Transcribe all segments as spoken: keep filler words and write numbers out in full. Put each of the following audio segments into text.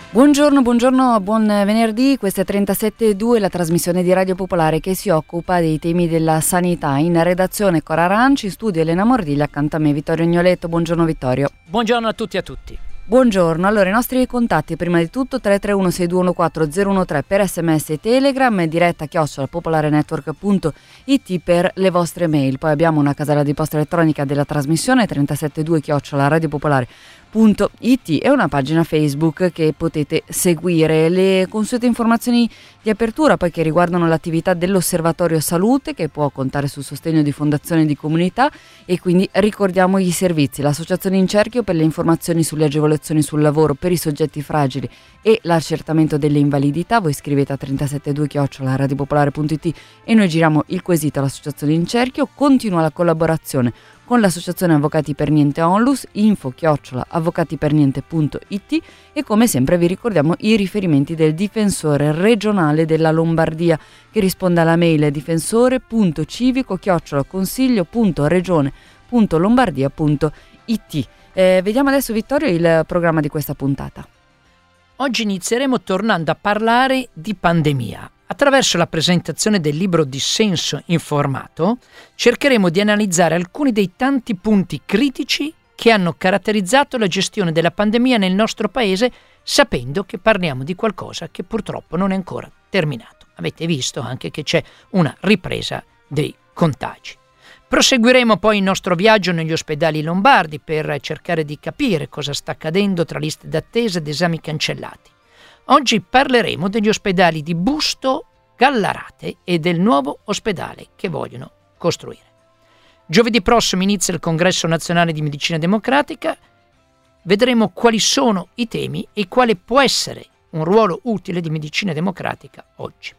Buongiorno, buongiorno, buon venerdì, questa è trentasette due, la trasmissione di Radio Popolare che si occupa dei temi della sanità. In redazione Cora Aranci, in studio Elena Mordilli, accanto a me Vittorio Agnoletto. Buongiorno Vittorio. Buongiorno a tutti e a tutti. Buongiorno, allora i nostri contatti prima di tutto tre tre uno sei due uno quattro zero uno tre per sms e telegram, diretta chiocciola popolarenetwork punto it per le vostre mail. Poi abbiamo una casella di posta elettronica della trasmissione trentasette due chiocciola radiopopolare punto it e una pagina Facebook che potete seguire. Le consuete informazioni di apertura poi che riguardano l'attività dell'Osservatorio Salute, che può contare sul sostegno di fondazioni di comunità, e quindi ricordiamo i servizi: l'Associazione In Cerchio per le informazioni sulle agevolazioni sul lavoro per i soggetti fragili e l'accertamento delle invalidità. Voi scrivete a trentasette due chiocciola radiopopolare punto it e noi giriamo il quesito all'Associazione In Cerchio. Continua la collaborazione con l'Associazione Avvocati per Niente Onlus, info chiocciola avvocati per niente punto it, e come sempre vi ricordiamo i riferimenti del difensore regionale della Lombardia, che risponde alla mail difensore punto civico chiocciola consiglio punto regione punto lombardia punto it. Eh, vediamo adesso, Vittorio, il programma di questa puntata. Oggi inizieremo tornando a parlare di pandemia. Attraverso la presentazione del libro Dissenso informato, cercheremo di analizzare alcuni dei tanti punti critici che hanno caratterizzato la gestione della pandemia nel nostro paese, sapendo che parliamo di qualcosa che purtroppo non è ancora terminato. Avete visto anche che c'è una ripresa dei contagi. Proseguiremo poi il nostro viaggio negli ospedali lombardi per cercare di capire cosa sta accadendo tra liste d'attesa ed esami cancellati. Oggi parleremo degli ospedali di Busto, Gallarate e del nuovo ospedale che vogliono costruire. Giovedì prossimo inizia il Congresso Nazionale di Medicina Democratica. Vedremo quali sono i temi e quale può essere un ruolo utile di medicina democratica oggi.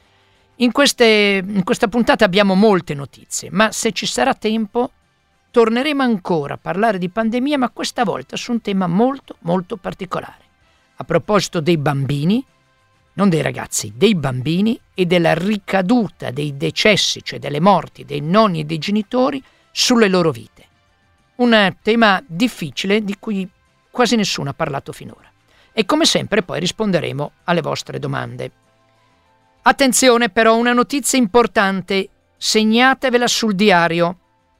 In, queste, in questa puntata abbiamo molte notizie, ma se ci sarà tempo torneremo ancora a parlare di pandemia, ma questa volta su un tema molto molto particolare. A proposito dei bambini, non dei ragazzi, dei bambini e della ricaduta dei decessi, cioè delle morti dei nonni e dei genitori sulle loro vite. Un tema difficile di cui quasi nessuno ha parlato finora. E come sempre poi risponderemo alle vostre domande. Attenzione però, una notizia importante, segnatevela sul diario.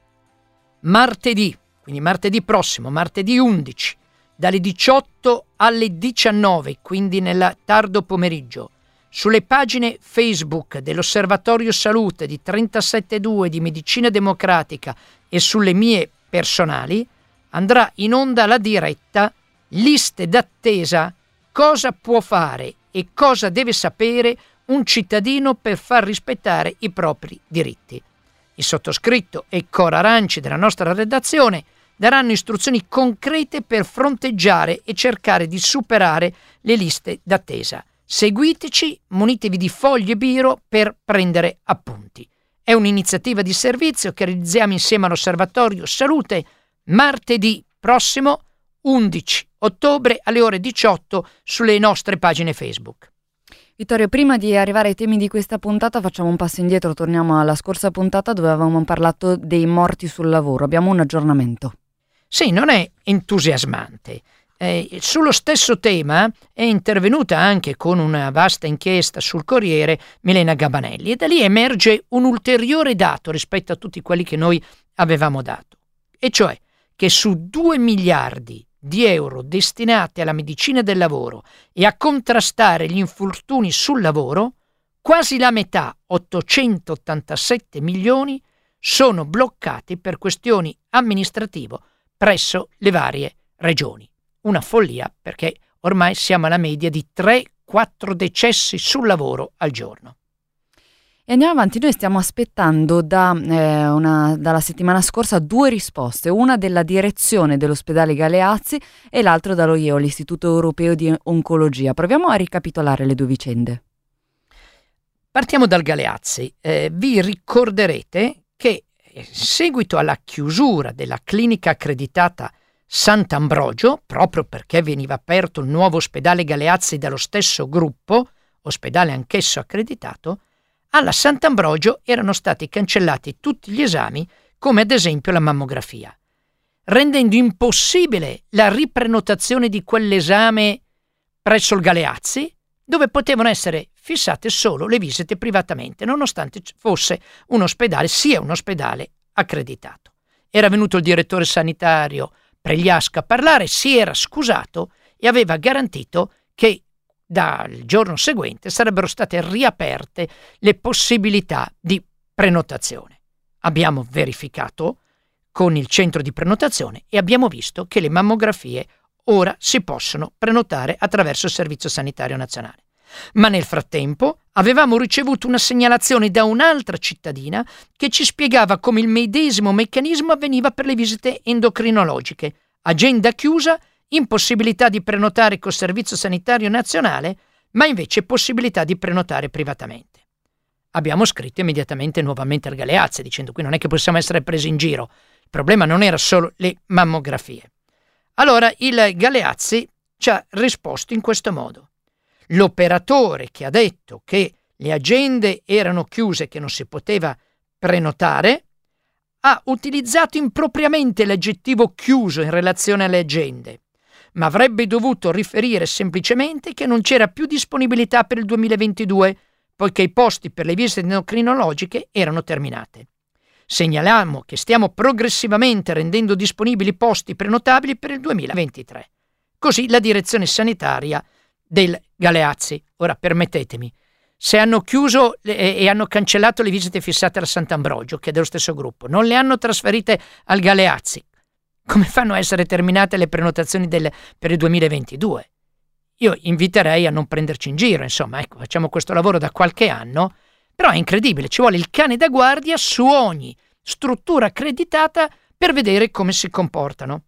Martedì, quindi martedì prossimo, martedì undici, dalle diciotto alle diciannove, quindi nel tardo pomeriggio, sulle pagine Facebook dell'Osservatorio Salute di trentasette due di Medicina Democratica e sulle mie personali, andrà in onda la diretta Liste d'attesa, cosa può fare e cosa deve sapere un cittadino per far rispettare i propri diritti. Il sottoscritto e Cora Aranci della nostra redazione daranno istruzioni concrete per fronteggiare e cercare di superare le liste d'attesa. Seguiteci, munitevi di fogli e biro per prendere appunti. È un'iniziativa di servizio che realizziamo insieme all'Osservatorio Salute martedì prossimo, undici ottobre alle ore diciotto, sulle nostre pagine Facebook. Vittorio, prima di arrivare ai temi di questa puntata facciamo un passo indietro, torniamo alla scorsa puntata dove avevamo parlato dei morti sul lavoro. Abbiamo un aggiornamento. Sì, non è entusiasmante. Eh, sullo stesso tema è intervenuta anche con una vasta inchiesta sul Corriere Milena Gabanelli, e da lì emerge un ulteriore dato rispetto a tutti quelli che noi avevamo dato, e cioè che su due miliardi di euro destinati alla medicina del lavoro e a contrastare gli infortuni sul lavoro, quasi la metà, ottocentottantasette milioni, sono bloccati per questioni amministrative presso le varie regioni. Una follia, perché ormai siamo alla media di tre quattro decessi sul lavoro al giorno. E andiamo avanti, noi stiamo aspettando da, eh, una, dalla settimana scorsa due risposte, una della direzione dell'ospedale Galeazzi e l'altra dallo I E O, l'Istituto Europeo di Oncologia. Proviamo a ricapitolare le due vicende. Partiamo dal Galeazzi. Eh, vi ricorderete che in seguito alla chiusura della clinica accreditata Sant'Ambrogio, proprio perché veniva aperto il nuovo ospedale Galeazzi dallo stesso gruppo, ospedale anch'esso accreditato, alla Sant'Ambrogio erano stati cancellati tutti gli esami, come ad esempio la mammografia, rendendo impossibile la riprenotazione di quell'esame presso il Galeazzi, dove potevano essere fissate solo le visite privatamente, nonostante fosse un ospedale, sia un ospedale accreditato. Era venuto il direttore sanitario Pregliasca a parlare, si era scusato e aveva garantito che dal giorno seguente sarebbero state riaperte le possibilità di prenotazione. Abbiamo verificato con il centro di prenotazione e abbiamo visto che le mammografie ora si possono prenotare attraverso il Servizio Sanitario Nazionale. Ma nel frattempo avevamo ricevuto una segnalazione da un'altra cittadina che ci spiegava come il medesimo meccanismo avveniva per le visite endocrinologiche. Agenda chiusa, impossibilità di prenotare col Servizio Sanitario Nazionale, ma invece possibilità di prenotare privatamente. Abbiamo scritto immediatamente nuovamente al Galeazzi dicendo: qui non è che possiamo essere presi in giro, il problema non era solo le mammografie. Allora il Galeazzi ci ha risposto in questo modo: l'operatore che ha detto che le agende erano chiuse, che non si poteva prenotare, ha utilizzato impropriamente l'aggettivo chiuso in relazione alle agende, ma avrebbe dovuto riferire semplicemente che non c'era più disponibilità per il duemilaventidue, poiché i posti per le visite endocrinologiche erano terminate. Segnaliamo che stiamo progressivamente rendendo disponibili posti prenotabili per il duemilaventitré. Così la direzione sanitaria del Galeazzi. Ora permettetemi, se hanno chiuso le, e hanno cancellato le visite fissate alla Sant'Ambrogio, che è dello stesso gruppo, non le hanno trasferite al Galeazzi, come fanno a essere terminate le prenotazioni del, per il duemilaventidue? Io inviterei a non prenderci in giro, insomma, ecco, facciamo questo lavoro da qualche anno, però è incredibile, ci vuole il cane da guardia su ogni struttura accreditata per vedere come si comportano.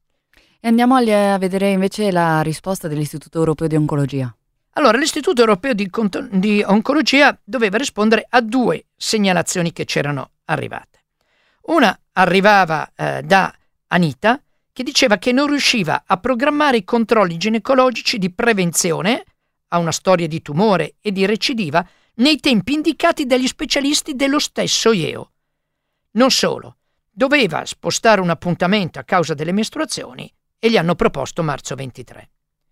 E andiamo a vedere invece la risposta dell'Istituto Europeo di Oncologia. Allora, l'Istituto Europeo di, Cont- di Oncologia doveva rispondere a due segnalazioni che c'erano arrivate. Una arrivava eh, da Anita, che diceva che non riusciva a programmare i controlli ginecologici di prevenzione a una storia di tumore e di recidiva nei tempi indicati dagli specialisti dello stesso I E O. Non solo, doveva spostare un appuntamento a causa delle mestruazioni e gli hanno proposto marzo ventitré.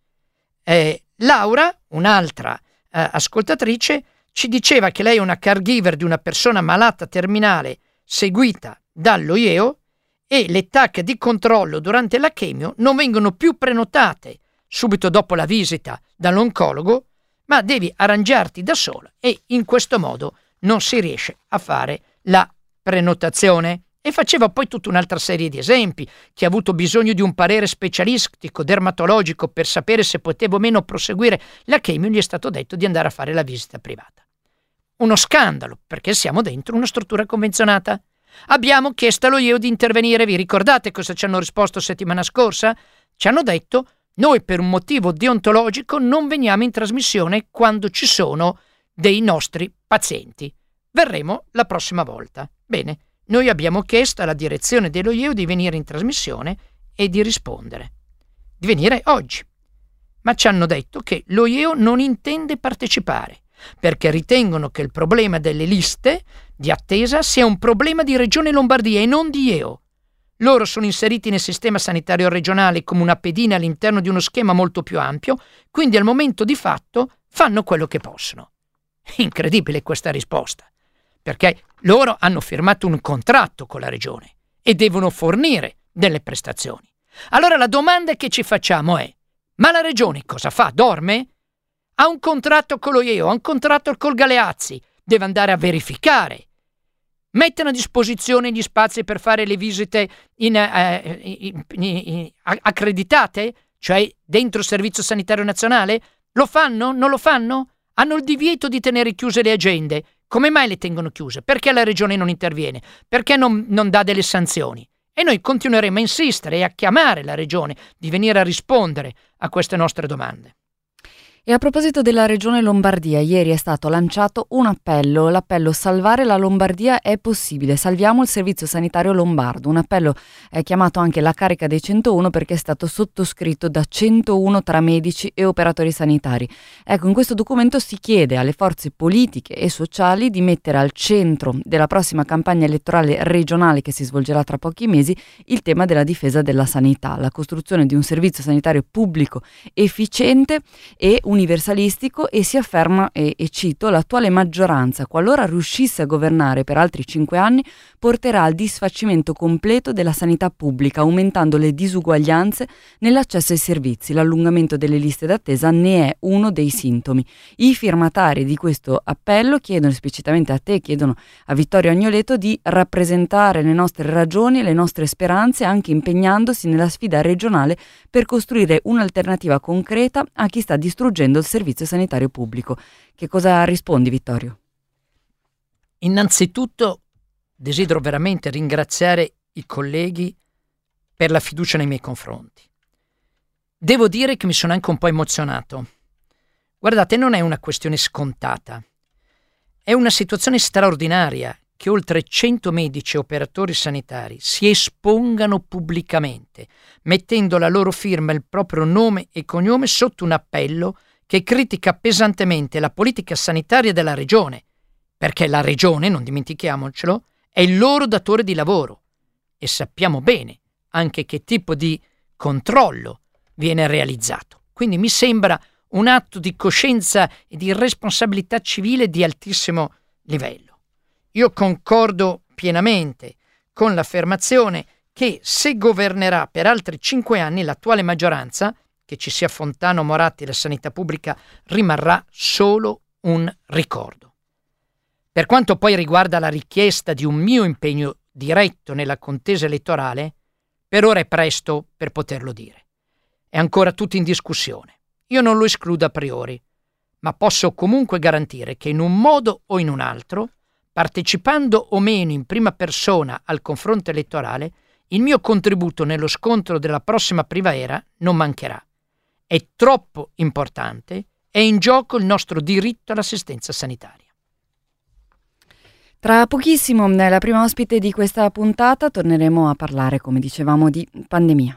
Eh, Laura, un'altra eh, ascoltatrice, ci diceva che lei è una caregiver di una persona malata terminale seguita dallo I E O e le tacche di controllo durante la chemio non vengono più prenotate subito dopo la visita dall'oncologo, ma devi arrangiarti da sola e in questo modo non si riesce a fare la prenotazione. E faceva poi tutta un'altra serie di esempi: chi ha avuto bisogno di un parere specialistico dermatologico per sapere se poteva o meno proseguire la chemio, gli è stato detto di andare a fare la visita privata. Uno scandalo, perché siamo dentro una struttura convenzionata. Abbiamo chiesto allo I E O di intervenire. Vi ricordate cosa ci hanno risposto settimana scorsa? Ci hanno detto: noi per un motivo deontologico non veniamo in trasmissione quando ci sono dei nostri pazienti. Verremo la prossima volta. Bene, noi abbiamo chiesto alla direzione dello I E O di venire in trasmissione e di rispondere. Di venire oggi. Ma ci hanno detto che lo I E O non intende partecipare, perché ritengono che il problema delle liste di attesa sia un problema di Regione Lombardia e non di I E O. Loro sono inseriti nel sistema sanitario regionale come una pedina all'interno di uno schema molto più ampio, quindi al momento di fatto fanno quello che possono. Incredibile questa risposta, perché loro hanno firmato un contratto con la regione e devono fornire delle prestazioni. Allora la domanda che ci facciamo è: ma la regione cosa fa? Dorme? Ha un contratto con lo I E O, ha un contratto col Galeazzi, deve andare a verificare. Mettono a disposizione gli spazi per fare le visite in, eh, in, in, in, accreditate, cioè dentro il Servizio Sanitario Nazionale? Lo fanno? Non lo fanno? Hanno il divieto di tenere chiuse le agende. Come mai le tengono chiuse? Perché la regione non interviene? Perché non, non dà delle sanzioni? E noi continueremo a insistere e a chiamare la regione di venire a rispondere a queste nostre domande. E a proposito della Regione Lombardia, ieri è stato lanciato un appello, l'appello Salvare la Lombardia è possibile, salviamo il servizio sanitario lombardo, un appello è chiamato anche la carica dei centouno perché è stato sottoscritto da centouno tra medici e operatori sanitari. Ecco, in questo documento si chiede alle forze politiche e sociali di mettere al centro della prossima campagna elettorale regionale che si svolgerà tra pochi mesi il tema della difesa della sanità, la costruzione di un servizio sanitario pubblico efficiente e universalistico, e si afferma, e, e cito, l'attuale maggioranza, qualora riuscisse a governare per altri cinque anni, porterà al disfacimento completo della sanità pubblica, aumentando le disuguaglianze nell'accesso ai servizi. L'allungamento delle liste d'attesa ne è uno dei sintomi. I firmatari di questo appello chiedono esplicitamente a te, chiedono a Vittorio Agnoletto di rappresentare le nostre ragioni e le nostre speranze, anche impegnandosi nella sfida regionale per costruire un'alternativa concreta a chi sta distruggendo il servizio sanitario pubblico. Che cosa rispondi, Vittorio? Innanzitutto desidero veramente ringraziare i colleghi per la fiducia nei miei confronti. Devo dire che mi sono anche un po' emozionato. Guardate, non è una questione scontata. È una situazione straordinaria che oltre cento medici e operatori sanitari si espongano pubblicamente, mettendo la loro firma e il proprio nome e cognome sotto un appello che critica pesantemente la politica sanitaria della regione, perché la regione, non dimentichiamocelo, è il loro datore di lavoro e sappiamo bene anche che tipo di controllo viene realizzato. Quindi mi sembra un atto di coscienza e di responsabilità civile di altissimo livello. Io concordo pienamente con l'affermazione che se governerà per altri cinque anni l'attuale maggioranza, che ci sia Fontana, Moratti, la sanità pubblica rimarrà solo un ricordo. Per quanto poi riguarda la richiesta di un mio impegno diretto nella contesa elettorale, per ora è presto per poterlo dire. È ancora tutto in discussione. Io non lo escludo a priori, ma posso comunque garantire che in un modo o in un altro, partecipando o meno in prima persona al confronto elettorale, il mio contributo nello scontro della prossima primavera non mancherà. È troppo importante, è in gioco il nostro diritto all'assistenza sanitaria. Tra pochissimo, nella prima ospite di questa puntata, torneremo a parlare, come dicevamo, di pandemia.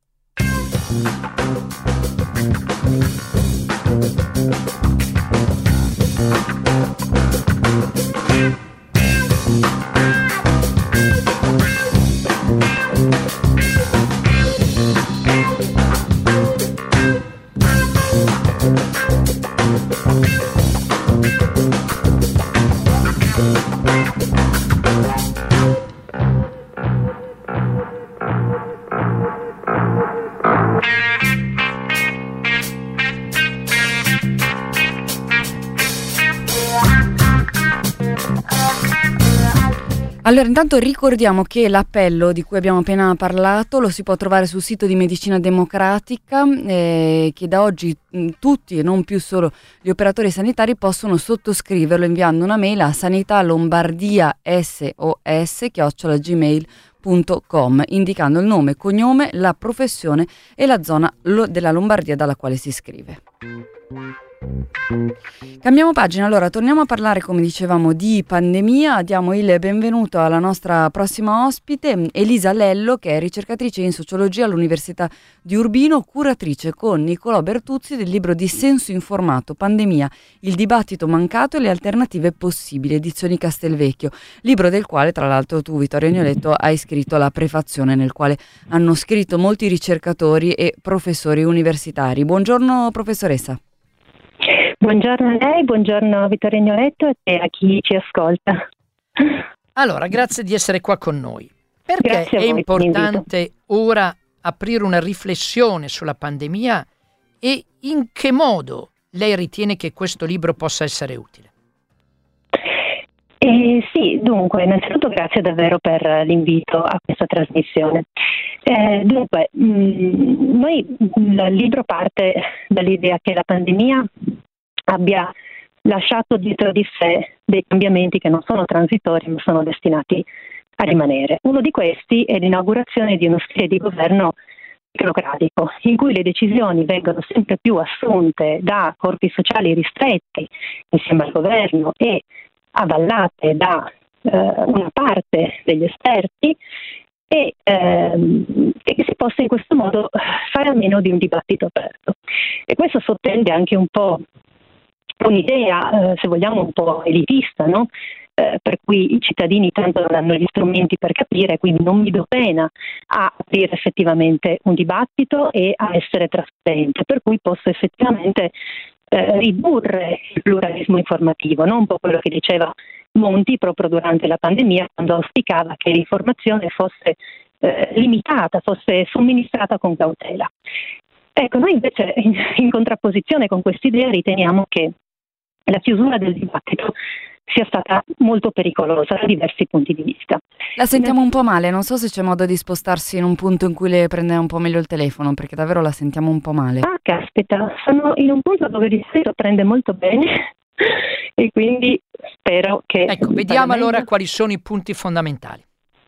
Allora, intanto ricordiamo che l'appello di cui abbiamo appena parlato lo si può trovare sul sito di Medicina Democratica, eh, che da oggi mh, tutti e non più solo gli operatori sanitari possono sottoscriverlo inviando una mail a sanitalombardiasos chiocciola gmail punto com, indicando il nome, cognome, la professione e la zona lo- della Lombardia dalla quale si iscrive. Cambiamo pagina, allora torniamo a parlare, come dicevamo, di pandemia. Diamo il benvenuto alla nostra prossima ospite, Elisa Lello, che è ricercatrice in sociologia all'Università di Urbino, curatrice con Nicolò Bertuzzi del libro di Senso Informato, Pandemia, il dibattito mancato e le alternative possibili, edizioni Castelvecchio, libro del quale tra l'altro tu, Vittorio Agnoletto, hai scritto la prefazione, nel quale hanno scritto molti ricercatori e professori universitari. Buongiorno professoressa. Buongiorno a lei, buongiorno a Vittorio Agnoletto e a chi ci ascolta. Allora, grazie di essere qua con noi. Perché Grazie a è voi, importante ora aprire una riflessione sulla pandemia e in che modo lei ritiene che questo libro possa essere utile? Eh, sì, dunque, innanzitutto grazie davvero per l'invito a questa trasmissione. Eh, dunque, mh, noi il libro parte dall'idea che la pandemia abbia lasciato dietro di sé dei cambiamenti che non sono transitori ma sono destinati a rimanere. Uno di questi è l'inaugurazione di uno stile di governo tecnocratico, in cui le decisioni vengono sempre più assunte da corpi sociali ristretti insieme al governo e avallate da eh, una parte degli esperti, e ehm, che si possa in questo modo fare a meno di un dibattito aperto. E questo sottende anche un po' un'idea, eh, se vogliamo, un po' elitista, no? Eh, per cui i cittadini tanto non hanno gli strumenti per capire, quindi non mi do pena a aprire effettivamente un dibattito e a essere trasparente, per cui posso effettivamente eh, ridurre il pluralismo informativo, no? Un po' quello che diceva Monti proprio durante la pandemia, quando auspicava che l'informazione fosse eh, limitata, fosse somministrata con cautela. Ecco, noi invece in, in contrapposizione con quest'idea riteniamo che la chiusura del dibattito sia stata molto pericolosa da diversi punti di vista. La sentiamo un po' male, non so se c'è modo di spostarsi in un punto in cui le prende un po' meglio il telefono, perché davvero la sentiamo un po' male. Ah, caspita, sono in un punto dove di solito prende molto bene e quindi spero che... Ecco, vediamo allora quali sono i punti fondamentali.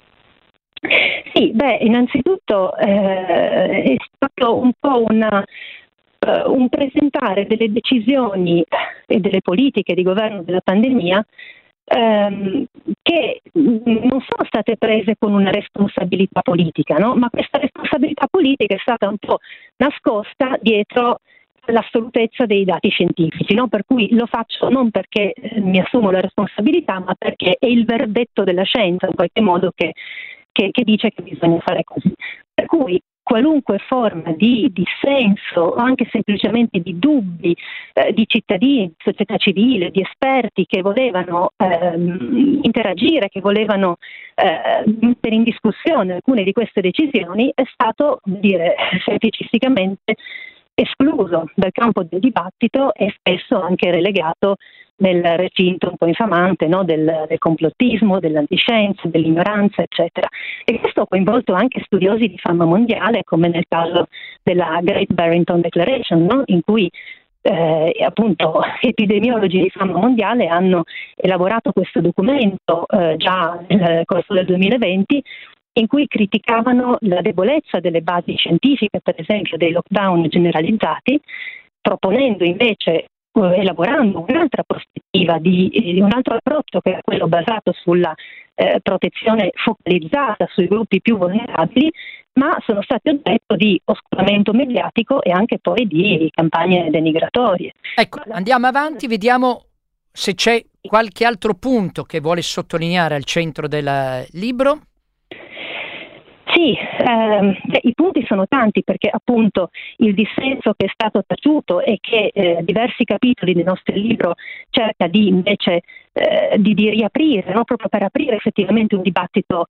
Sì, beh, innanzitutto eh, è stato un po' una... Uh, un presentare delle decisioni e delle politiche di governo della pandemia um, che non sono state prese con una responsabilità politica, no? Ma questa responsabilità politica è stata un po' nascosta dietro l'assolutezza dei dati scientifici, no? Per cui lo faccio non perché eh, mi assumo la responsabilità, ma perché è il verdetto della scienza in qualche modo che, che, che dice che bisogna fare così. Per cui qualunque forma di dissenso o anche semplicemente di dubbi eh, di cittadini, di società civile, di esperti che volevano ehm, interagire, che volevano eh, mettere in discussione alcune di queste decisioni, è stato, come dire, semplicisticamente escluso dal campo del dibattito e spesso anche relegato nel recinto un po' infamante, no? del, del complottismo, dell'antiscienza, dell'ignoranza, eccetera. E questo ha coinvolto anche studiosi di fama mondiale, come nel caso della Great Barrington Declaration, no? In cui eh, appunto epidemiologi di fama mondiale hanno elaborato questo documento eh, già nel corso del duemilaventi, in cui criticavano la debolezza delle basi scientifiche, per esempio dei lockdown generalizzati, proponendo invece, elaborando un'altra prospettiva, di, di un altro approccio che era quello basato sulla eh, protezione focalizzata sui gruppi più vulnerabili, ma sono stati oggetto di oscuramento mediatico e anche poi di campagne denigratorie. Ecco, andiamo avanti, vediamo se c'è qualche altro punto che vuole sottolineare al centro del libro. Sì, ehm, beh, i punti sono tanti, perché appunto il dissenso che è stato taciuto e che eh, diversi capitoli del nostro libro cerca di invece eh, di, di riaprire, no? Proprio per aprire effettivamente un dibattito,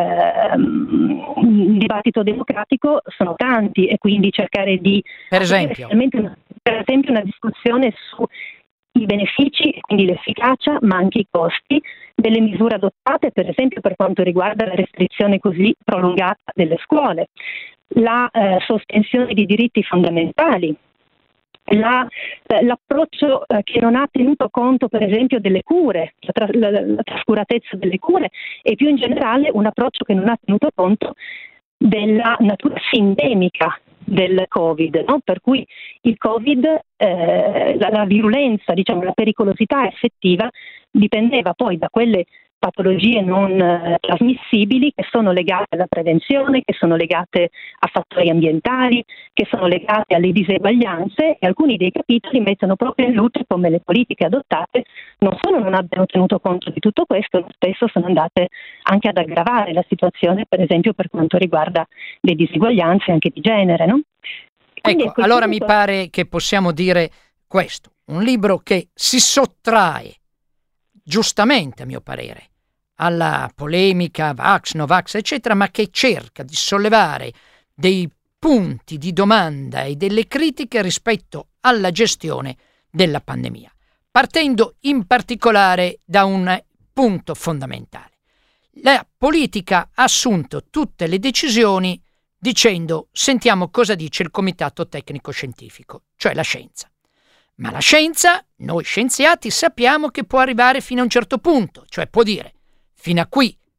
ehm, un dibattito democratico, sono tanti, e quindi cercare di per esempio, una, per esempio una discussione su i benefici e quindi l'efficacia, ma anche i costi delle misure adottate, per esempio per quanto riguarda la restrizione così prolungata delle scuole, la eh, sospensione di diritti fondamentali, la, eh, l'approccio eh, che non ha tenuto conto per esempio delle cure, la, tra- la, la trascuratezza delle cure, e più in generale un approccio che non ha tenuto conto della natura sindemica del Covid, no? Per cui il Covid, eh, la, la virulenza, diciamo la pericolosità effettiva dipendeva poi da quelle patologie non eh, trasmissibili che sono legate alla prevenzione, che sono legate a fattori ambientali, che sono legate alle diseguaglianze, e alcuni dei capitoli mettono proprio in luce come le politiche adottate non solo non abbiano tenuto conto di tutto questo, ma spesso sono andate anche ad aggravare la situazione, per esempio per quanto riguarda le diseguaglianze anche di genere, no? Quindi ecco, allora punto... mi pare che possiamo dire questo, un libro che si sottrae, giustamente a mio parere, alla polemica Vax, Novax, eccetera, ma che cerca di sollevare dei punti di domanda e delle critiche rispetto alla gestione della pandemia, partendo in particolare da un punto fondamentale. La politica ha assunto tutte le decisioni dicendo: sentiamo cosa dice il comitato tecnico scientifico, cioè la scienza. Ma la scienza, noi scienziati sappiamo che può arrivare fino a un certo punto, cioè può dire: fino a qui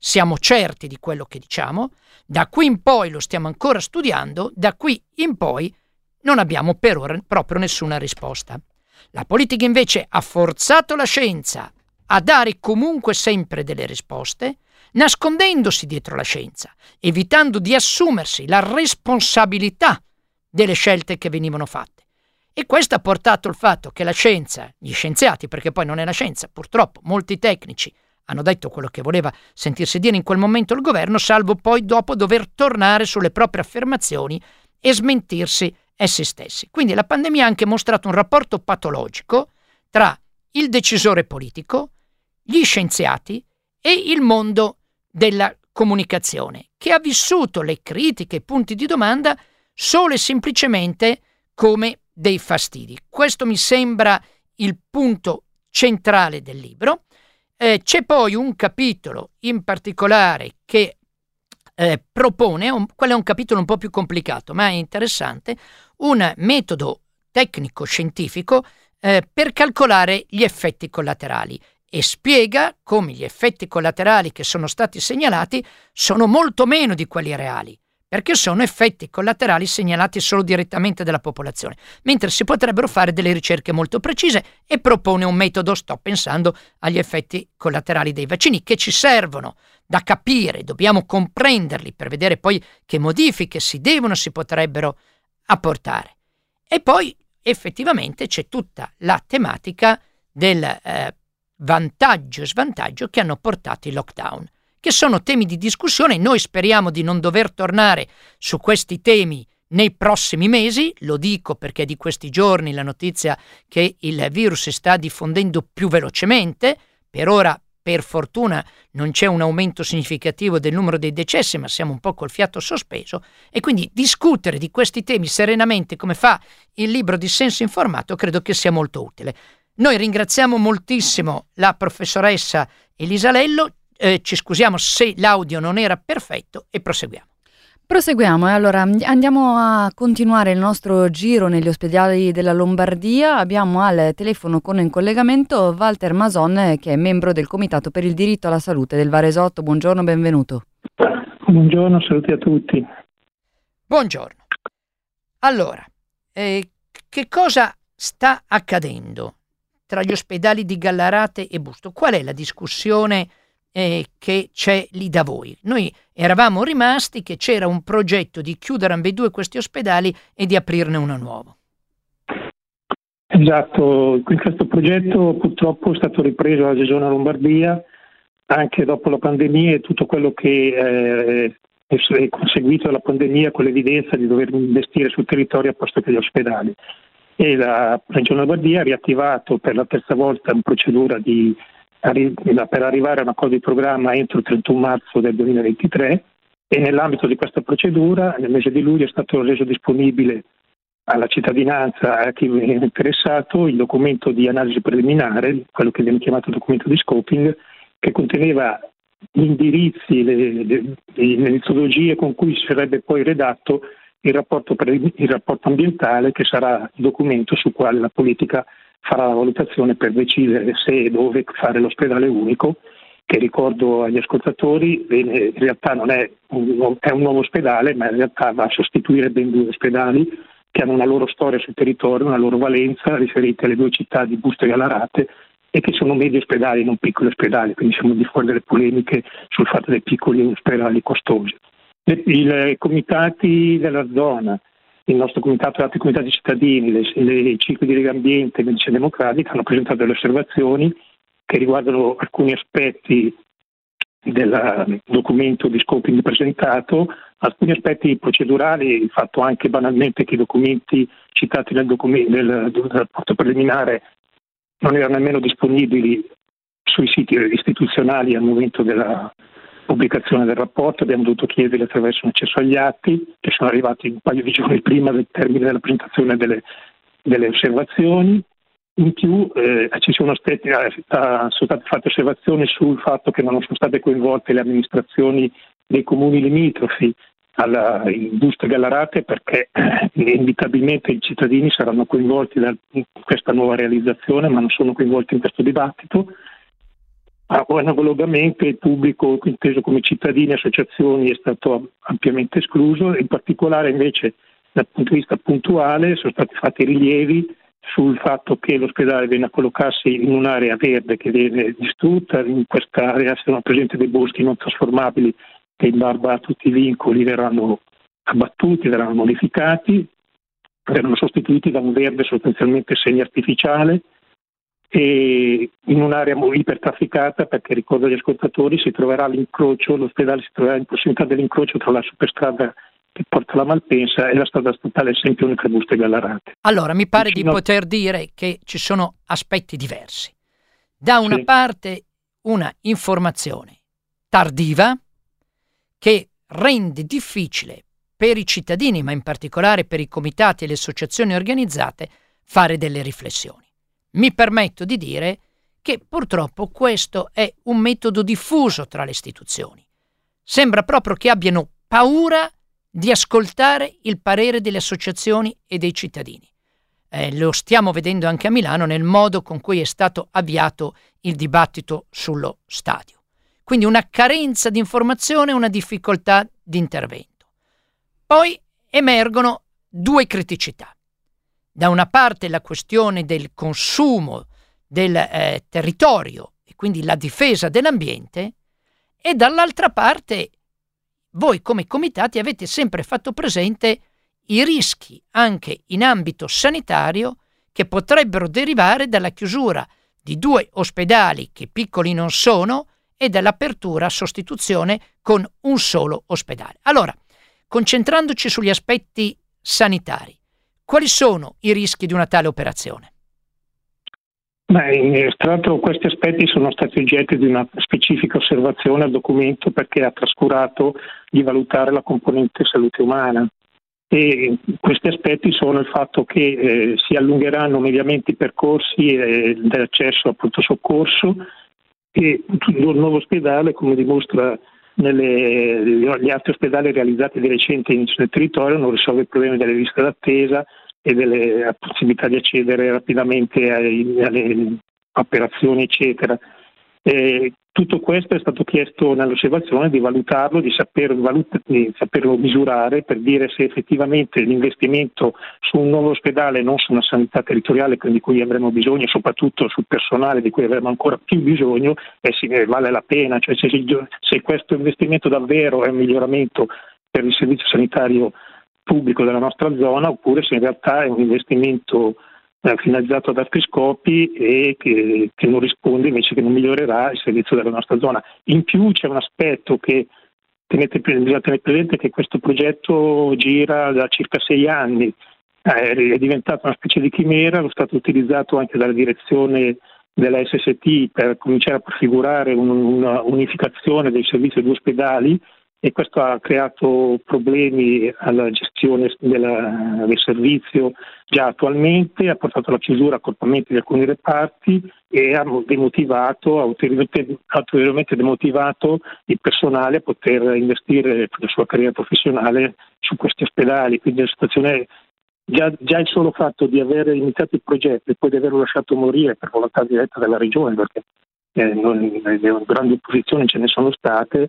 siamo certi di quello che diciamo, da qui in poi lo stiamo ancora studiando, da qui in poi non abbiamo per ora proprio nessuna risposta. La politica invece ha forzato la scienza a dare comunque sempre delle risposte, nascondendosi dietro la scienza, evitando di assumersi la responsabilità delle scelte che venivano fatte. E questo ha portato il fatto che la scienza, gli scienziati, perché poi non è la scienza, purtroppo molti tecnici hanno detto quello che voleva sentirsi dire in quel momento il governo, salvo poi dopo dover tornare sulle proprie affermazioni e smentirsi essi stessi. Quindi la pandemia ha anche mostrato un rapporto patologico tra il decisore politico, gli scienziati e il mondo della comunicazione, che ha vissuto le critiche e i punti di domanda solo e semplicemente come dei fastidi. Questo mi sembra il punto centrale del libro. Eh, c'è poi un capitolo in particolare che eh, propone, un, quello è un capitolo un po' più complicato, ma è interessante, un metodo tecnico-scientifico eh, per calcolare gli effetti collaterali e spiega come gli effetti collaterali che sono stati segnalati sono molto meno di quelli reali, perché sono effetti collaterali segnalati solo direttamente dalla popolazione, mentre si potrebbero fare delle ricerche molto precise, e propone un metodo, sto pensando agli effetti collaterali dei vaccini, che ci servono da capire, dobbiamo comprenderli per vedere poi che modifiche si devono, si potrebbero apportare. E poi effettivamente c'è tutta la tematica del eh, vantaggio e svantaggio che hanno portato i lockdown, che sono temi di discussione. Noi speriamo di non dover tornare su questi temi nei prossimi mesi, lo dico perché di questi giorni la notizia che il virus si sta diffondendo più velocemente. Per ora, per fortuna, non c'è un aumento significativo del numero dei decessi, ma siamo un po' col fiato sospeso, e quindi discutere di questi temi serenamente, come fa il libro Dissenso informato, credo che sia molto utile. Noi ringraziamo moltissimo la professoressa Elisa Lello, eh, ci scusiamo se l'audio non era perfetto e proseguiamo. Proseguiamo e allora andiamo a continuare il nostro giro negli ospedali della Lombardia. Abbiamo al telefono con in collegamento Walter Mason, che è membro del Comitato per il diritto alla salute del Varesotto. Buongiorno, benvenuto. Buongiorno, saluti a tutti. Buongiorno. Allora, eh, che cosa sta accadendo tra gli ospedali di Gallarate e Busto? Qual è la discussione eh, che c'è lì da voi? Noi eravamo rimasti che c'era un progetto di chiudere ambedue questi ospedali e di aprirne uno nuovo. Esatto, questo progetto purtroppo è stato ripreso dalla Regione Lombardia anche dopo la pandemia e tutto quello che eh, è conseguito dalla pandemia, con l'evidenza di dover investire sul territorio a posto che gli ospedali. E la Regione Lombardia ha riattivato per la terza volta una procedura di, per arrivare a una cosa di programma entro il trentuno marzo del duemilaventitré, e nell'ambito di questa procedura nel mese di luglio è stato reso disponibile alla cittadinanza, a chi è interessato, il documento di analisi preliminare, quello che viene chiamato documento di scoping, che conteneva gli indirizzi, le, le, le metodologie con cui sarebbe poi redatto il rapporto, per il, il rapporto ambientale, che sarà il documento su quale la politica farà la valutazione per decidere se e dove fare l'ospedale unico, che ricordo agli ascoltatori, in realtà non è un, è un nuovo ospedale, ma in realtà va a sostituire ben due ospedali che hanno una loro storia sul territorio, una loro valenza riferita alle due città di Busto e Gallarate, e che sono medi ospedali, non piccoli ospedali, quindi siamo di fuori delle polemiche sul fatto dei piccoli ospedali costosi. I comitati della zona, il nostro comitato e altri comitati cittadini, le, le cicli di Lega Ambiente e Medicina Democratica hanno presentato delle osservazioni che riguardano alcuni aspetti del documento di scoping presentato, alcuni aspetti procedurali, il fatto anche banalmente che i documenti citati nel, documento, nel, nel rapporto preliminare non erano nemmeno disponibili sui siti istituzionali al momento della pubblicazione del rapporto. Abbiamo dovuto chiederli attraverso un accesso agli atti, che sono arrivati un paio di giorni prima del termine della presentazione delle, delle osservazioni. In più eh, ci sono, stati, eh, sono state fatte osservazioni sul fatto che non sono state coinvolte le amministrazioni dei comuni limitrofi alla, in Busto e Gallarate, perché eh, inevitabilmente i cittadini saranno coinvolti da, in questa nuova realizzazione, ma non sono coinvolti in questo dibattito. analogamente il pubblico inteso come cittadini e associazioni è stato ampiamente escluso, in particolare invece dal punto di vista puntuale sono stati fatti rilievi sul fatto che l'ospedale viene a collocarsi in un'area verde che viene distrutta, in quest'area sono presenti dei boschi non trasformabili che in barba a tutti i vincoli verranno abbattuti, verranno modificati, verranno sostituiti da un verde sostanzialmente semi-artificiale, e in un'area ipertrafficata, perché ricordo agli ascoltatori si troverà l'incrocio, l'ospedale si troverà in prossimità dell'incrocio tra la superstrada che porta alla Malpensa e la strada statale Sempione tra Busto e Gallarate. Allora, mi pare Vicino... di poter dire che ci sono aspetti diversi. Da una sì. parte una informazione tardiva che rende difficile per i cittadini, ma in particolare per i comitati e le associazioni organizzate, fare delle riflessioni. Mi permetto di dire che purtroppo questo è un metodo diffuso tra le istituzioni. Sembra proprio che abbiano paura di ascoltare il parere delle associazioni e dei cittadini. Eh, lo stiamo vedendo anche a Milano nel modo con cui è stato avviato il dibattito sullo stadio. Quindi una carenza di informazione e una difficoltà di intervento. Poi emergono due criticità. Da una parte la questione del consumo del eh, territorio e quindi la difesa dell'ambiente, e dall'altra parte voi come comitati avete sempre fatto presente i rischi anche in ambito sanitario che potrebbero derivare dalla chiusura di due ospedali che piccoli non sono e dall'apertura a sostituzione con un solo ospedale. Allora, concentrandoci sugli aspetti sanitari, quali sono i rischi di una tale operazione? Beh, in estratto questi aspetti sono stati oggetto di una specifica osservazione al documento perché ha trascurato di valutare la componente salute umana. E questi aspetti sono il fatto che eh, si allungheranno mediamente i percorsi eh, dell'accesso al pronto soccorso, e il nuovo ospedale, come dimostra nelle, gli altri ospedali realizzati di recente nel territorio, non risolve i problemi delle liste d'attesa e delle possibilità di accedere rapidamente ai, alle operazioni, eccetera. E tutto questo è stato chiesto nell'osservazione di valutarlo, di, saper, valut- di saperlo misurare per dire se effettivamente l'investimento su un nuovo ospedale, non su una sanità territoriale di cui avremo bisogno, soprattutto sul personale di cui avremo ancora più bisogno, eh, sì, vale la pena, cioè se, se questo investimento davvero è un miglioramento per il servizio sanitario pubblico della nostra zona, oppure se in realtà è un investimento eh, finalizzato ad altri scopi e che, che non risponde, invece che non migliorerà il servizio della nostra zona. In più c'è un aspetto che tenete, bisogna tenere presente, che questo progetto gira da circa sei anni, eh, è diventato una specie di chimera, lo è stato utilizzato anche dalla direzione della S S T per cominciare a prefigurare un, una unificazione dei servizi degli ospedali, e questo ha creato problemi alla gestione della, del servizio già attualmente, ha portato alla chiusura accorpamenti di alcuni reparti e ha demotivato, ha ulteriormente, ulteriormente demotivato il personale a poter investire per la sua carriera professionale su questi ospedali. Quindi la situazione, già, già il solo fatto di aver iniziato il progetto e poi di averlo lasciato morire per volontà diretta della regione, perché eh, non, grandi opposizioni ce ne sono state,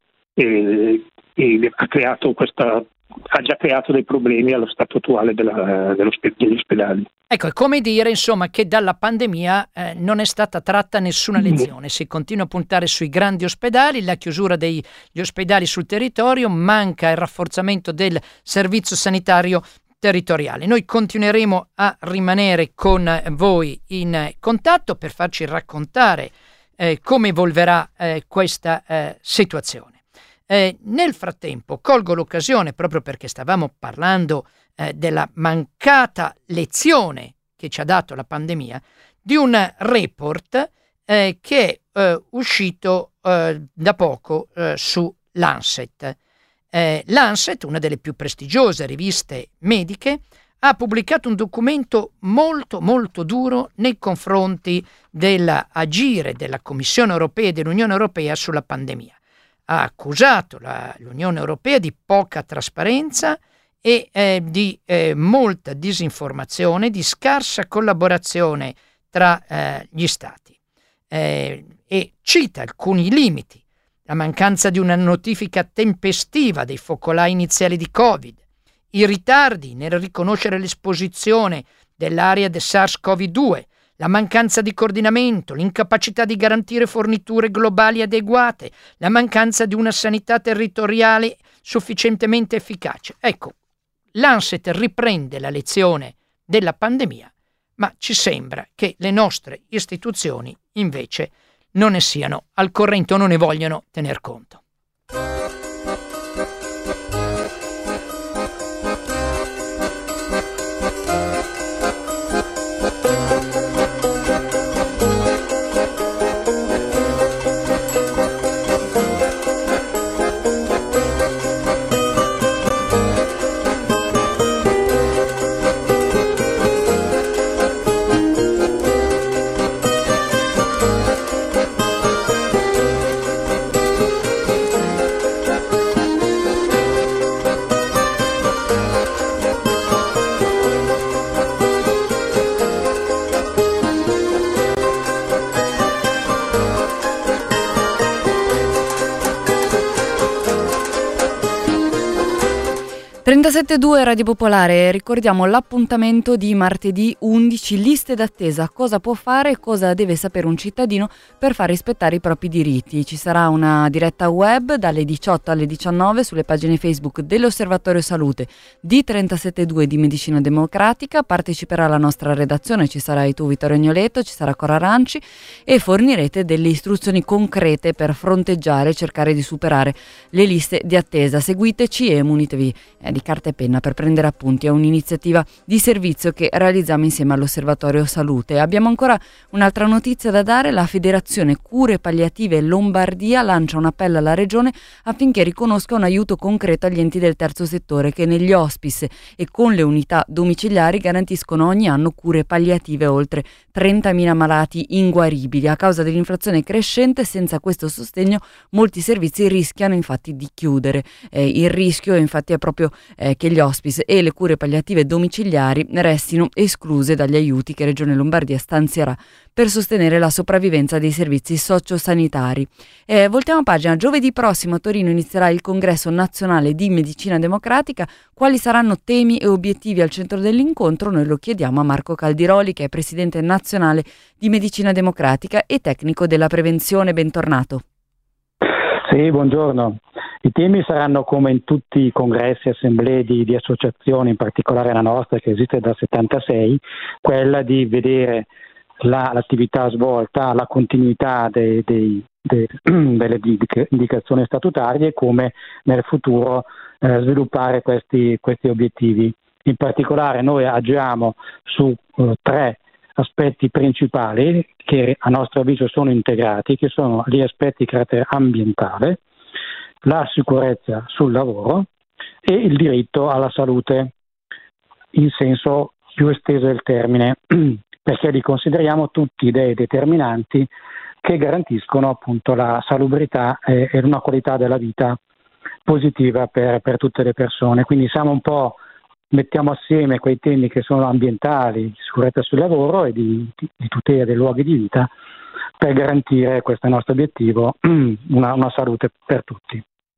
e, e ha creato questa ha già creato dei problemi allo stato attuale della, dello, degli ospedali. Ecco, è come dire insomma che dalla pandemia eh, non è stata tratta nessuna lezione, si continua a puntare sui grandi ospedali, la chiusura degli ospedali sul territorio, manca il rafforzamento del servizio sanitario territoriale. Noi continueremo a rimanere con voi in contatto per farci raccontare eh, come evolverà eh, questa eh, situazione. Eh, nel frattempo colgo l'occasione, proprio perché stavamo parlando eh, della mancata lezione che ci ha dato la pandemia, di un report eh, che è eh, uscito eh, da poco eh, su Lancet. Eh, Lancet, una delle più prestigiose riviste mediche, ha pubblicato un documento molto molto duro nei confronti dell'agire della Commissione europea e dell'Unione europea sulla pandemia. Ha accusato la, l'Unione Europea di poca trasparenza e eh, di eh, molta disinformazione, di scarsa collaborazione tra eh, gli Stati. eh, e cita alcuni limiti: la mancanza di una notifica tempestiva dei focolai iniziali di Covid, i ritardi nel riconoscere l'esposizione dell'area del SARS-CoV due, la mancanza di coordinamento, l'incapacità di garantire forniture globali adeguate, la mancanza di una sanità territoriale sufficientemente efficace. Ecco, l'Anset riprende la lezione della pandemia, ma ci sembra che le nostre istituzioni invece non ne siano al corrente o non ne vogliono tener conto. trentasette due Radio Popolare, ricordiamo l'appuntamento di martedì undici, liste d'attesa, cosa può fare e cosa deve sapere un cittadino per far rispettare i propri diritti. Ci sarà una diretta web dalle diciotto alle diciannove sulle pagine Facebook dell'Osservatorio Salute di trentasette due di Medicina Democratica, parteciperà la nostra redazione, ci sarai tu Vittorio Agnoletto, ci sarà Cora Ranci e fornirete delle istruzioni concrete per fronteggiare e cercare di superare le liste di attesa. Seguiteci e munitevi eh, di carta e penna per prendere appunti. È un'iniziativa di servizio che realizziamo insieme all'Osservatorio Salute. Abbiamo ancora un'altra notizia da dare: la Federazione Cure Palliative Lombardia lancia un appello alla Regione affinché riconosca un aiuto concreto agli enti del terzo settore che negli hospice e con le unità domiciliari garantiscono ogni anno cure palliative a oltre trentamila malati inguaribili. A causa dell'inflazione crescente, senza questo sostegno molti servizi rischiano infatti di chiudere. Eh, il rischio infatti è proprio eh, che gli hospice e le cure palliative domiciliari restino escluse dagli aiuti che Regione Lombardia stanzierà per sostenere la sopravvivenza dei servizi sociosanitari. Eh, voltiamo pagina. Giovedì prossimo a Torino inizierà il Congresso Nazionale di Medicina Democratica. Quali saranno temi e obiettivi al centro dell'incontro? Noi lo chiediamo a Marco Caldiroli, che è Presidente nazionale di Medicina Democratica e tecnico della prevenzione. Bentornato. Sì, buongiorno. I temi saranno, come in tutti i congressi e assemblee di, di associazioni, in particolare la nostra che esiste dal settantasei, quella di vedere la, l'attività svolta, la continuità dei, dei, dei, delle indicazioni statutarie e come nel futuro eh, sviluppare questi, questi obiettivi. In particolare noi agiamo su eh, tre aspetti principali che a nostro avviso sono integrati, che sono gli aspetti di carattere ambientale, la sicurezza sul lavoro e il diritto alla salute in senso più esteso del termine, perché li consideriamo tutti dei determinanti che garantiscono appunto la salubrità e, e una qualità della vita positiva per, per tutte le persone. Quindi siamo un po', mettiamo assieme quei temi che sono ambientali, di sicurezza sul lavoro e di, di, di tutela dei luoghi di vita per garantire questo nostro obiettivo, una, una salute per tutti.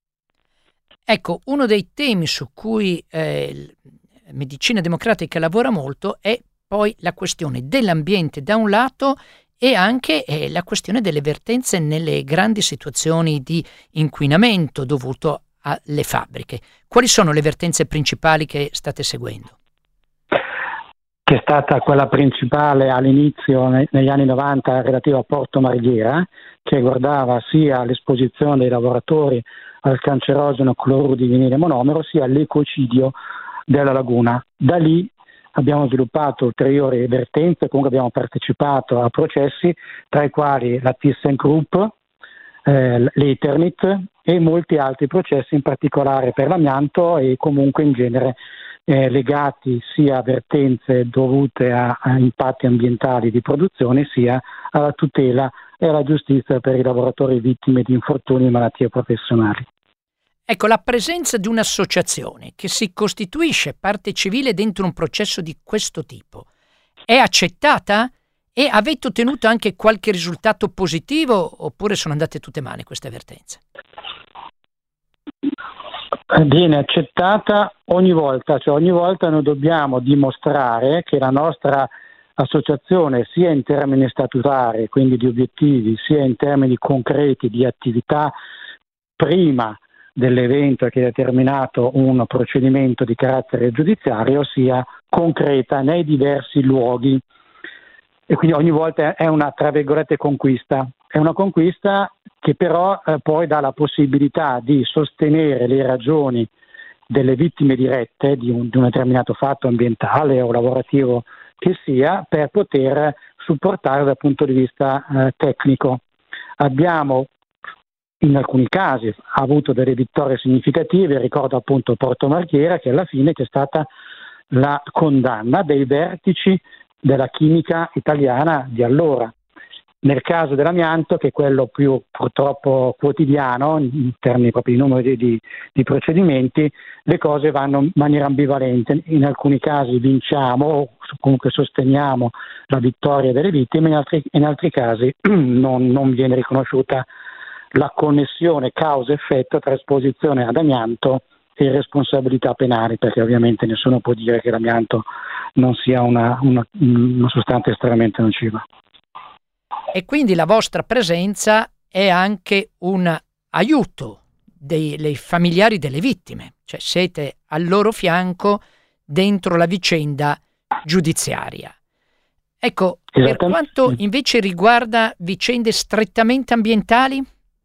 Ecco, uno dei temi su cui eh, Medicina Democratica lavora molto è poi la questione dell'ambiente da un lato e anche eh, la questione delle vertenze nelle grandi situazioni di inquinamento dovuto alle fabbriche. Quali sono le vertenze principali che state seguendo? Che è stata quella principale all'inizio ne, negli anni novanta relativa a Porto Marghera, che riguardava sia l'esposizione dei lavoratori al cancerogeno cloruro di vinile monomero sia l'ecocidio della laguna. Da lì abbiamo sviluppato ulteriori vertenze, comunque abbiamo partecipato a processi tra i quali la ThyssenKrupp, eh, l'Eternit e molti altri processi, in particolare per l'amianto e comunque in genere eh, legati sia a vertenze dovute a, a impatti ambientali di produzione sia alla tutela e alla giustizia per i lavoratori vittime di infortuni e malattie professionali. Ecco, la presenza di un'associazione che si costituisce parte civile dentro un processo di questo tipo è accettata E avete ottenuto anche qualche risultato positivo oppure sono andate tutte male queste avvertenze? Viene accettata ogni volta, cioè ogni volta noi dobbiamo dimostrare che la nostra associazione, sia in termini statutari, quindi di obiettivi, sia in termini concreti di attività prima dell'evento che ha determinato un procedimento di carattere giudiziario, sia concreta nei diversi luoghi. E quindi ogni volta è una, tra virgolette, conquista. È una conquista che però eh, poi dà la possibilità di sostenere le ragioni delle vittime dirette di un, di un determinato fatto ambientale o lavorativo che sia, per poter supportare dal punto di vista eh, tecnico. Abbiamo in alcuni casi avuto delle vittorie significative, ricordo appunto Porto Marghera, che alla fine c'è stata la condanna dei vertici della chimica italiana di allora. Nel caso dell'amianto, che è quello più purtroppo quotidiano in termini proprio di numero di, di, di procedimenti, le cose vanno in maniera ambivalente. In alcuni casi vinciamo o comunque sosteniamo la vittoria delle vittime, in altri, in altri casi non, non viene riconosciuta la connessione causa-effetto tra esposizione ad amianto e responsabilità penali, perché ovviamente nessuno può dire che l'amianto non sia una, una, una sostanza estremamente nociva. E quindi la vostra presenza è anche un aiuto dei, dei familiari delle vittime, cioè siete al loro fianco dentro la vicenda giudiziaria. Ecco, per quanto invece riguarda vicende strettamente ambientali?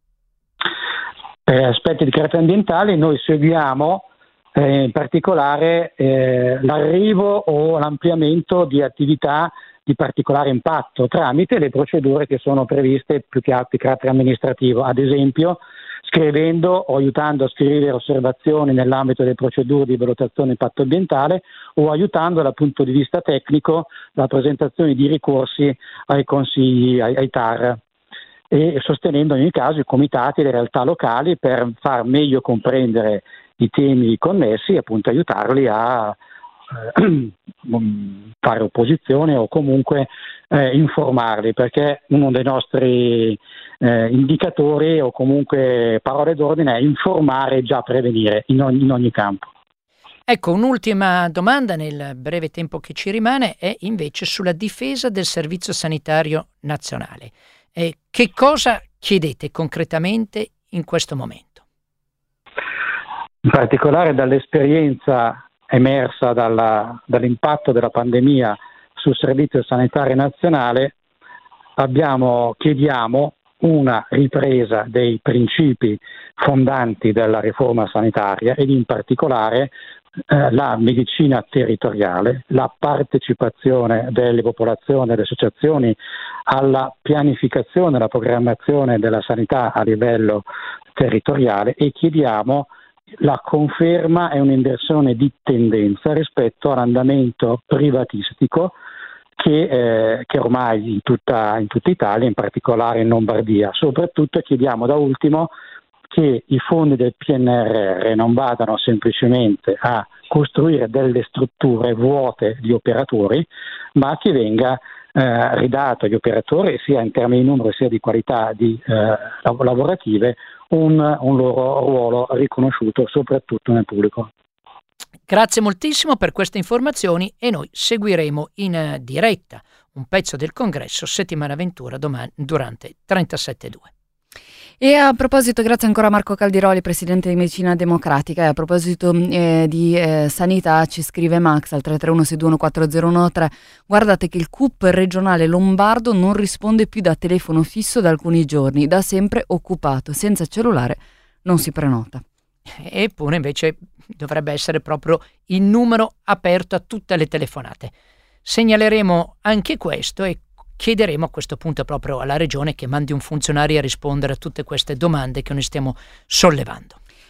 Per aspetti di carattere ambientale noi seguiamo eh, in particolare eh, l'arrivo o l'ampliamento di attività di particolare impatto tramite le procedure che sono previste più che altro di carattere amministrativo, ad esempio scrivendo o aiutando a scrivere osservazioni nell'ambito delle procedure di valutazione di impatto ambientale o aiutando dal punto di vista tecnico la presentazione di ricorsi ai consigli, ai, ai T A R, e sostenendo in ogni caso i comitati e le realtà locali per far meglio comprendere i temi connessi e appunto aiutarli a eh, fare opposizione o comunque eh, informarli, perché uno dei nostri eh, indicatori o comunque parole d'ordine è informare e già prevenire in ogni, in ogni campo. Ecco, un'ultima domanda nel breve tempo che ci rimane è invece sulla difesa del Servizio Sanitario Nazionale. Eh, che cosa chiedete concretamente in questo momento? In particolare dall'esperienza emersa dalla, dall'impatto della pandemia sul Servizio Sanitario Nazionale abbiamo, chiediamo una ripresa dei principi fondanti della riforma sanitaria ed in particolare eh, la medicina territoriale, la partecipazione delle popolazioni e delle associazioni alla pianificazione e alla programmazione della sanità a livello territoriale, e chiediamo la conferma e un'inversione di tendenza rispetto all'andamento privatistico che, eh, che ormai in tutta, in tutta Italia, in particolare in Lombardia. Soprattutto chiediamo da ultimo che i fondi del P N R R non vadano semplicemente a costruire delle strutture vuote di operatori, ma che venga eh, ridato agli operatori, sia in termini di numero sia di qualità di eh, lavorative, un, un loro ruolo riconosciuto soprattutto nel pubblico. Grazie moltissimo per queste informazioni e noi seguiremo in diretta un pezzo del congresso Settimana Ventura domani, durante trentasette due. E a proposito, grazie ancora a Marco Caldiroli, presidente di Medicina Democratica, e a proposito eh, di eh, sanità ci scrive Max al tre tre uno sei due uno quattro zero uno tre: guardate che il C U P regionale lombardo non risponde più da telefono fisso da alcuni giorni, da sempre occupato, senza cellulare non si prenota. Eppure invece dovrebbe essere proprio il numero aperto a tutte le telefonate. Segnaleremo anche questo e chiederemo a questo punto proprio alla Regione che mandi un funzionario a rispondere a tutte queste domande che noi stiamo sollevando.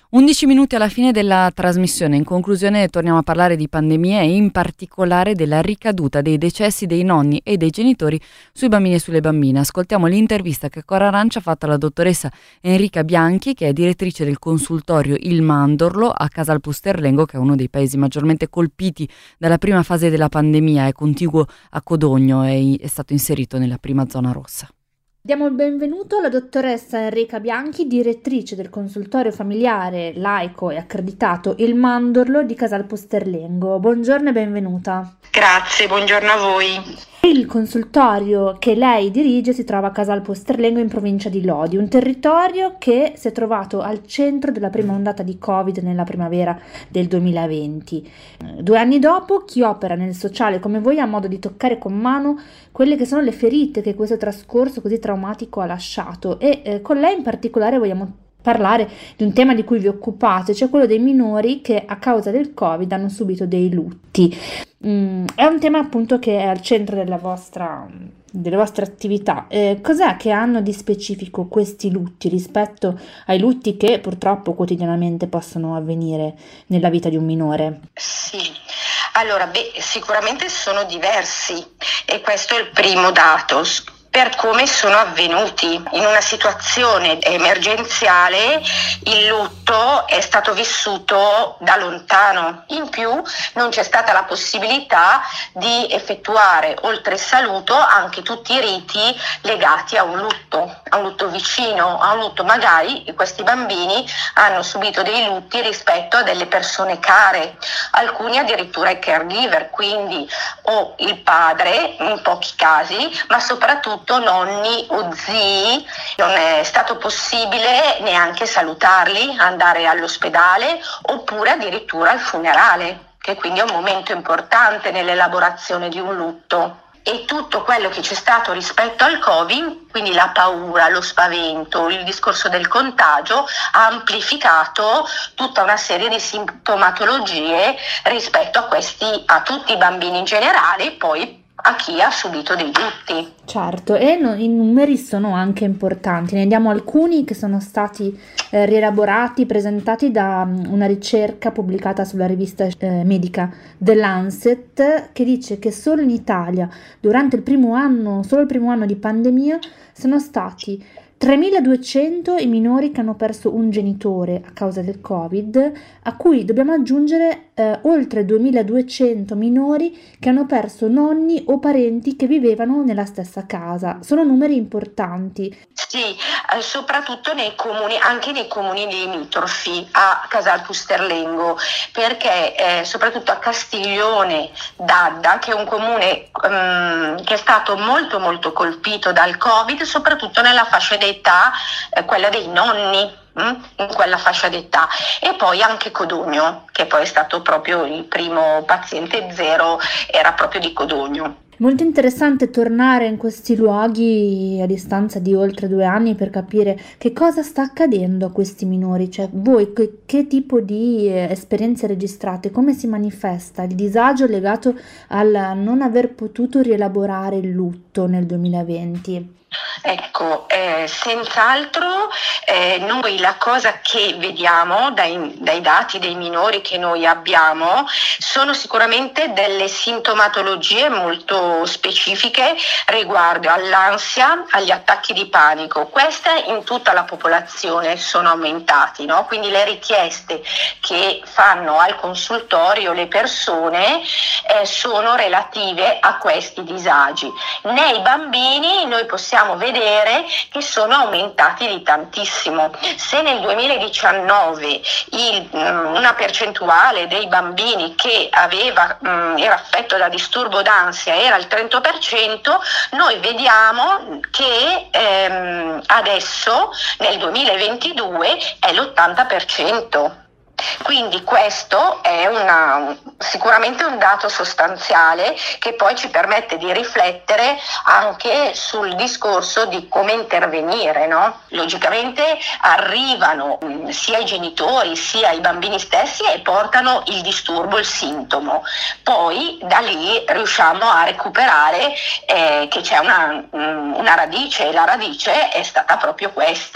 undici minuti alla fine della trasmissione. In conclusione torniamo a parlare di pandemia e in particolare della ricaduta dei decessi dei nonni e dei genitori sui bambini e sulle bambine. Ascoltiamo l'intervista che Cora Arancia ha fatto alla dottoressa Enrica Bianchi, che è direttrice del consultorio Il Mandorlo a Casal Pusterlengo, che è uno dei paesi maggiormente colpiti dalla prima fase della pandemia, è contiguo a Codogno e è stato inserito nella prima zona rossa. Diamo il benvenuto alla dottoressa Enrica Bianchi, direttrice del consultorio familiare laico e accreditato Il Mandorlo di Casal Pusterlengo. Buongiorno e benvenuta. Grazie, buongiorno a voi. Il consultorio che lei dirige si trova a Casal Pusterlengo in provincia di Lodi, un territorio che si è trovato al centro della prima ondata di Covid nella primavera del duemilaventi. Due anni dopo, chi opera nel sociale come voi ha modo di toccare con mano quelle che sono le ferite che questo trascorso così traumatico ha lasciato e eh, con lei in particolare vogliamo parlare di un tema di cui vi occupate, cioè quello dei minori che a causa del Covid hanno subito dei lutti. Mm, è un tema appunto che è al centro della vostra, delle vostre attività. Eh, cos'è che hanno di specifico questi lutti rispetto ai lutti che purtroppo quotidianamente possono avvenire nella vita di un minore? Sì, allora beh, sicuramente sono diversi e questo è il primo dato. Per come sono avvenuti. In una situazione emergenziale il lutto è stato vissuto da lontano. In più non c'è stata la possibilità di effettuare, oltre il saluto, anche tutti i riti legati a un lutto, a un lutto vicino, a un lutto magari questi bambini hanno subito dei lutti rispetto a delle persone care, alcuni addirittura i caregiver, quindi o il padre in pochi casi, ma soprattutto nonni o zii. Non è stato possibile neanche salutarli, andare all'ospedale oppure addirittura al funerale, che quindi è un momento importante nell'elaborazione di un lutto. E tutto quello che c'è stato rispetto al Covid, quindi la paura, lo spavento, il discorso del contagio, ha amplificato tutta una serie di sintomatologie rispetto a questi, a tutti i bambini in generale e poi a chi ha subito dei lutti. Certo, e no, i numeri sono anche importanti. Ne diamo alcuni che sono stati eh, rielaborati, presentati da um, una ricerca pubblicata sulla rivista eh, medica The Lancet, che dice che solo in Italia, durante il primo anno, solo il primo anno di pandemia, sono stati tremiladuecento i minori che hanno perso un genitore a causa del Covid, a cui dobbiamo aggiungere eh, oltre duemiladuecento minori che hanno perso nonni o parenti che vivevano nella stessa casa. Sono numeri importanti. Sì, eh, soprattutto nei comuni, anche nei comuni limitrofi a Casal Pusterlengo, perché eh, soprattutto a Castiglione d'Adda, che è un comune um, che è stato molto molto colpito dal Covid, soprattutto nella fascia d'età età, eh, quella dei nonni mh, in quella fascia d'età, e poi anche Codogno, che poi è stato proprio il primo paziente zero, era proprio di Codogno. Molto interessante tornare in questi luoghi a distanza di oltre due anni per capire che cosa sta accadendo a questi minori, cioè voi che, che tipo di eh, esperienze registrate, come si manifesta il disagio legato al non aver potuto rielaborare il lutto nel duemilaventi. Ecco, eh, senz'altro eh, noi la cosa che vediamo dai, dai dati dei minori che noi abbiamo sono sicuramente delle sintomatologie molto specifiche riguardo all'ansia, agli attacchi di panico. Queste in tutta la popolazione sono aumentati, no? Quindi le richieste che fanno al consultorio le persone eh, sono relative a questi disagi. Nei bambini noi possiamo vedere che sono aumentati di tantissimo. Se nel duemiladiciannove il, una percentuale dei bambini che aveva, mh, era affetto da disturbo d'ansia era il trenta per cento, noi vediamo che ehm, adesso nel duemilaventidue è l'ottanta per cento. Quindi questo è una, sicuramente un dato sostanziale che poi ci permette di riflettere anche sul discorso di come intervenire, no? Logicamente arrivano sia i genitori sia i bambini stessi e portano il disturbo, il sintomo. Poi da lì riusciamo a recuperare eh, che c'è una, una radice, e la radice è stata proprio questa.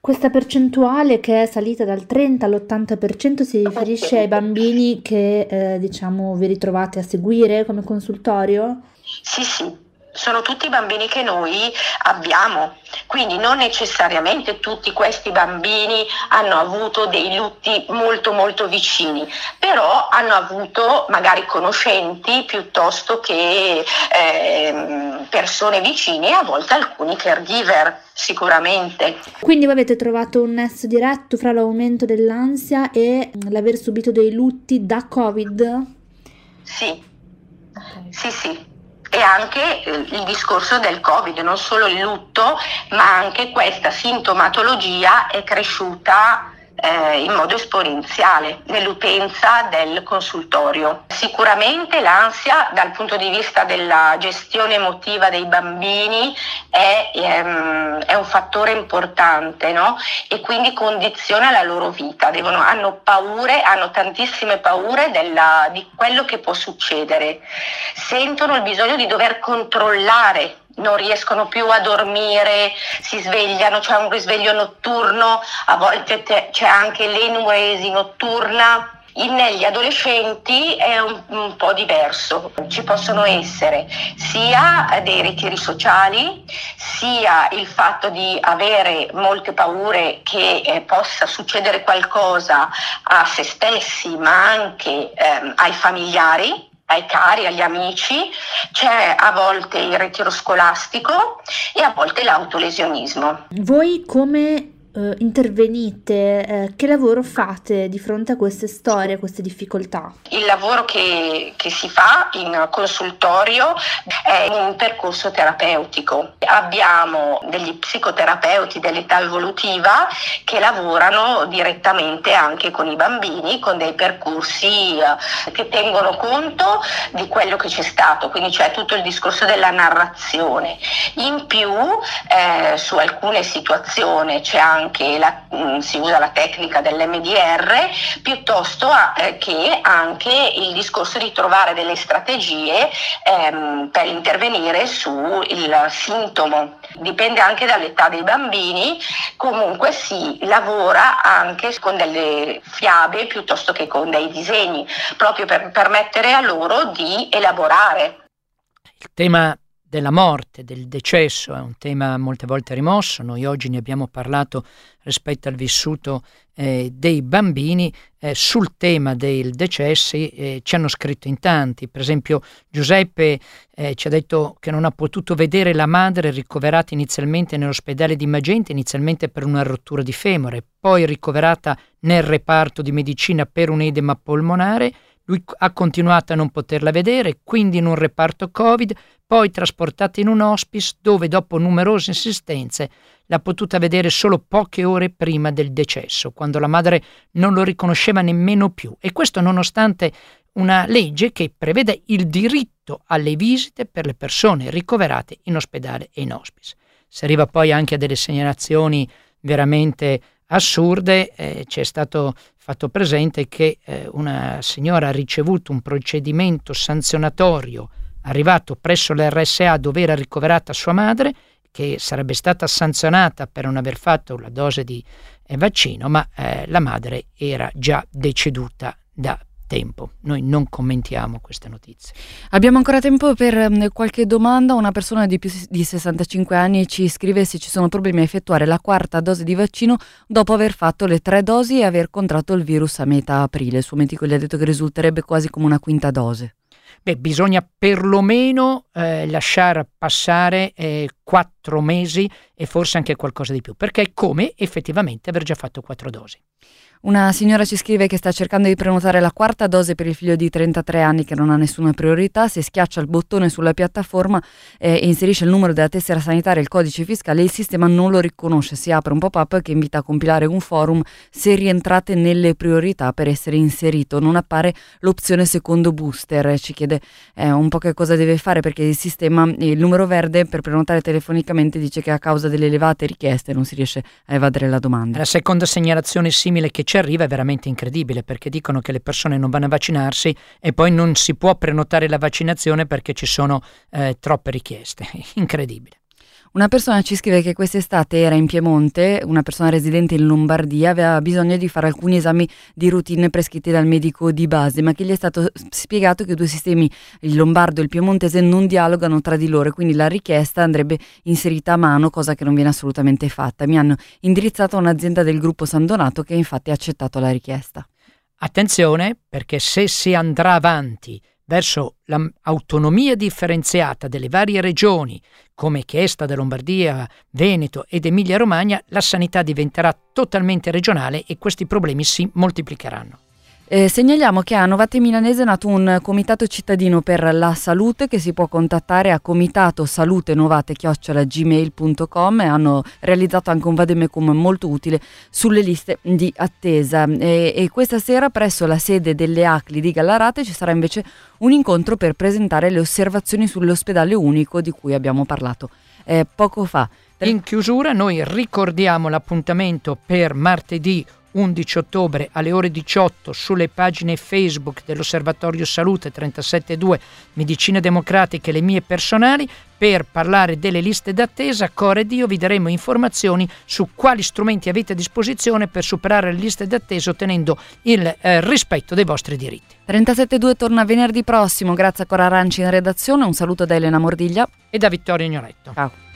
Questa percentuale che è salita dal trenta all'ottanta per cento si riferisce ai bambini che eh, diciamo vi ritrovate a seguire come consultorio? Sì, sì. Sono tutti bambini che noi abbiamo, quindi non necessariamente tutti questi bambini hanno avuto dei lutti molto molto vicini, però hanno avuto magari conoscenti piuttosto che eh, persone vicine e a volte alcuni caregiver sicuramente. Quindi voi avete trovato un nesso diretto fra l'aumento dell'ansia e l'aver subito dei lutti da Covid? Sì, sì, sì. E anche il discorso del Covid, non solo il lutto, ma anche questa sintomatologia è cresciuta eh, in modo esponenziale nell'utenza del consultorio. Sicuramente l'ansia dal punto di vista della gestione emotiva dei bambini è, ehm, è un fattore importante, no? E quindi condiziona la loro vita. Devono, hanno paure, hanno tantissime paure della, di quello che può succedere. Sentono il bisogno di dover controllare, non riescono più a dormire, si svegliano, c'è un risveglio notturno, a volte te, c'è anche l'enuesi notturna. In, negli adolescenti è un, un po' diverso, ci possono essere sia dei ritiri sociali, sia il fatto di avere molte paure che eh, possa succedere qualcosa a se stessi, ma anche ehm, ai familiari, ai cari, agli amici. C'è a volte il ritiro scolastico e a volte l'autolesionismo. Voi come eh, intervenite? Eh, che lavoro fate di fronte a queste storie, a queste difficoltà? Il lavoro che, che si fa in consultorio è un percorso terapeutico. Abbiamo degli psicoterapeuti dell'età evolutiva che lavorano direttamente anche con i bambini, con dei percorsi eh, che tengono conto di quello che c'è stato, quindi c'è tutto il discorso della narrazione. In più eh, su alcune situazioni c'è anche la, mh, si usa la tecnica dell'emme di erre piuttosto a, eh, che anche il discorso di trovare delle strategie ehm, per intervenire sul sintomo. Dipende anche dall'età dei bambini, comunque si lavora anche con delle fiabe piuttosto che con dei disegni, proprio per permettere a loro di elaborare. Il tema della morte, del decesso è un tema molte volte rimosso. Noi oggi ne abbiamo parlato rispetto al vissuto eh, dei bambini. Eh, sul tema dei decessi eh, ci hanno scritto in tanti. Per esempio Giuseppe eh, ci ha detto che non ha potuto vedere la madre ricoverata inizialmente nell'ospedale di Magenta, inizialmente per una rottura di femore, poi ricoverata nel reparto di medicina per un edema polmonare. Lui ha continuato a non poterla vedere, quindi in un reparto Covid, poi trasportata in un hospice dove dopo numerose insistenze l'ha potuta vedere solo poche ore prima del decesso, quando la madre non lo riconosceva nemmeno più. E questo nonostante una legge che prevede il diritto alle visite per le persone ricoverate in ospedale e in hospice. Si arriva poi anche a delle segnalazioni veramente assurde. Eh, ci è stato fatto presente che eh, una signora ha ricevuto un procedimento sanzionatorio arrivato presso l'erre esse a dove era ricoverata sua madre, che sarebbe stata sanzionata per non aver fatto la dose di eh, vaccino, ma eh, la madre era già deceduta da tempo. Noi non commentiamo queste notizie. Abbiamo ancora tempo per um, qualche domanda. Una persona di più di sessantacinque anni ci scrive se ci sono problemi a effettuare la quarta dose di vaccino dopo aver fatto le tre dosi e aver contratto il virus a metà aprile. Il suo medico gli ha detto che risulterebbe quasi come una quinta dose. Beh, bisogna perlomeno eh, lasciare passare eh, quattro mesi e forse anche qualcosa di più, perché è come effettivamente aver già fatto quattro dosi. Una signora ci scrive che sta cercando di prenotare la quarta dose per il figlio di trentatré anni che non ha nessuna priorità. Se schiaccia il bottone sulla piattaforma eh, e inserisce il numero della tessera sanitaria e il codice fiscale, il sistema non lo riconosce. Si apre un pop-up che invita a compilare un forum se rientrate nelle priorità per essere inserito. Non appare l'opzione secondo booster. Ci chiede eh, un po' che cosa deve fare, perché il sistema, il numero verde per prenotare telefonicamente, dice che a causa delle elevate richieste non si riesce a evadere la domanda. La seconda segnalazione simile che ci arriva è veramente incredibile, perché dicono che le persone non vanno a vaccinarsi e poi non si può prenotare la vaccinazione perché ci sono eh, troppe richieste. Incredibile. Una persona ci scrive che quest'estate era in Piemonte, una persona residente in Lombardia, aveva bisogno di fare alcuni esami di routine prescritti dal medico di base, ma che gli è stato spiegato che i due sistemi, il lombardo e il piemontese, non dialogano tra di loro, quindi la richiesta andrebbe inserita a mano, cosa che non viene assolutamente fatta. Mi hanno indirizzato a un'azienda del gruppo San Donato che infatti ha accettato la richiesta. Attenzione, perché se si andrà avanti verso l'autonomia differenziata delle varie regioni, come chiesta da Lombardia, Veneto ed Emilia-Romagna, la sanità diventerà totalmente regionale e questi problemi si moltiplicheranno. Eh, segnaliamo che a Novate Milanese è nato un comitato cittadino per la salute che si può contattare a comitatosalutenovate chiocciola gmail punto com e hanno realizzato anche un vademecum molto utile sulle liste di attesa. E, e questa sera presso la sede delle A C L I di Gallarate ci sarà invece un incontro per presentare le osservazioni sull'ospedale unico di cui abbiamo parlato eh, poco fa. In chiusura noi ricordiamo l'appuntamento per martedì undici ottobre alle ore diciotto sulle pagine Facebook dell'Osservatorio Salute trentasette due Medicine Democratiche e le mie personali per parlare delle liste d'attesa. Core Dio, vi daremo informazioni su quali strumenti avete a disposizione per superare le liste d'attesa ottenendo il eh, rispetto dei vostri diritti. trentasette due torna venerdì prossimo, grazie a Cora Aranci in redazione, un saluto da Elena Mordiglia e da Vittorio Ignoretto. Ciao.